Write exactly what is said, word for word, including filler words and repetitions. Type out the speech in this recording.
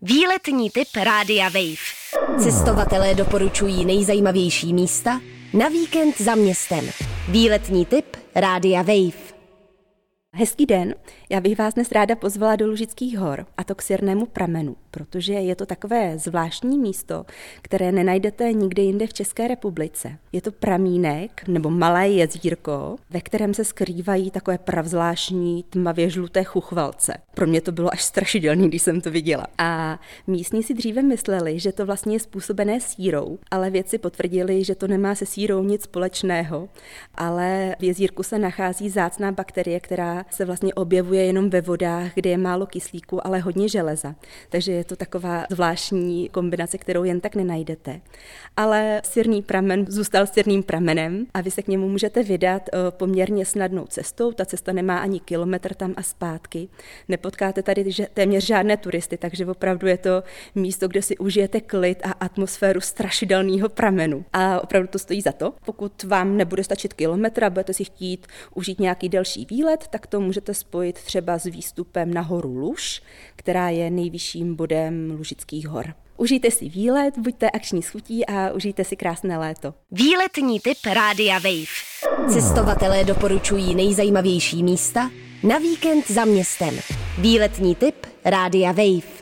Výletní tip Rádia Wave. Cestovatelé doporučují nejzajímavější místa na víkend za městem. Výletní tip Rádia Wave. Hezký den, já bych vás dnes ráda pozvala do Lužických hor, a to k Sirnému pramenu, protože je to takové zvláštní místo, které nenajdete nikde jinde v České republice. Je to pramínek nebo malé jezírko, ve kterém se skrývají takové pravzvláštní tmavě žluté chuchvalce. Pro mě to bylo až strašidelný, když jsem to viděla. A místní si dříve mysleli, že to vlastně je způsobené sírou, ale vědci potvrdili, že to nemá se sírou nic společného, ale v jezírku se nachází vzácná bakterie, která se vlastně objevuje jenom ve vodách, kde je málo kyslíku, ale hodně železa. Takže je to taková zvláštní kombinace, kterou jen tak nenajdete. Ale Sirný pramen zůstal sirným pramenem a vy se k němu můžete vydat poměrně snadnou cestou. Ta cesta nemá ani kilometr tam a zpátky. Nepotkáte tady téměř žádné turisty, takže opravdu je to místo, kde si užijete klid a atmosféru strašidelného pramenu. A opravdu to stojí za to. Pokud vám nebude stačit kilometr a budete si chtít užít nějaký delší výlet, tak to můžete spojit třeba s výstupem na horu Luž, která je nejvyšším bodem Lužických hor. Užijte si výlet, buďte akční s chutí a užijte si krásné léto. Výletní tip Rádia Wave. Cestovatelé doporučují nejzajímavější místa na víkend za městem. Výletní tip Rádia Wave.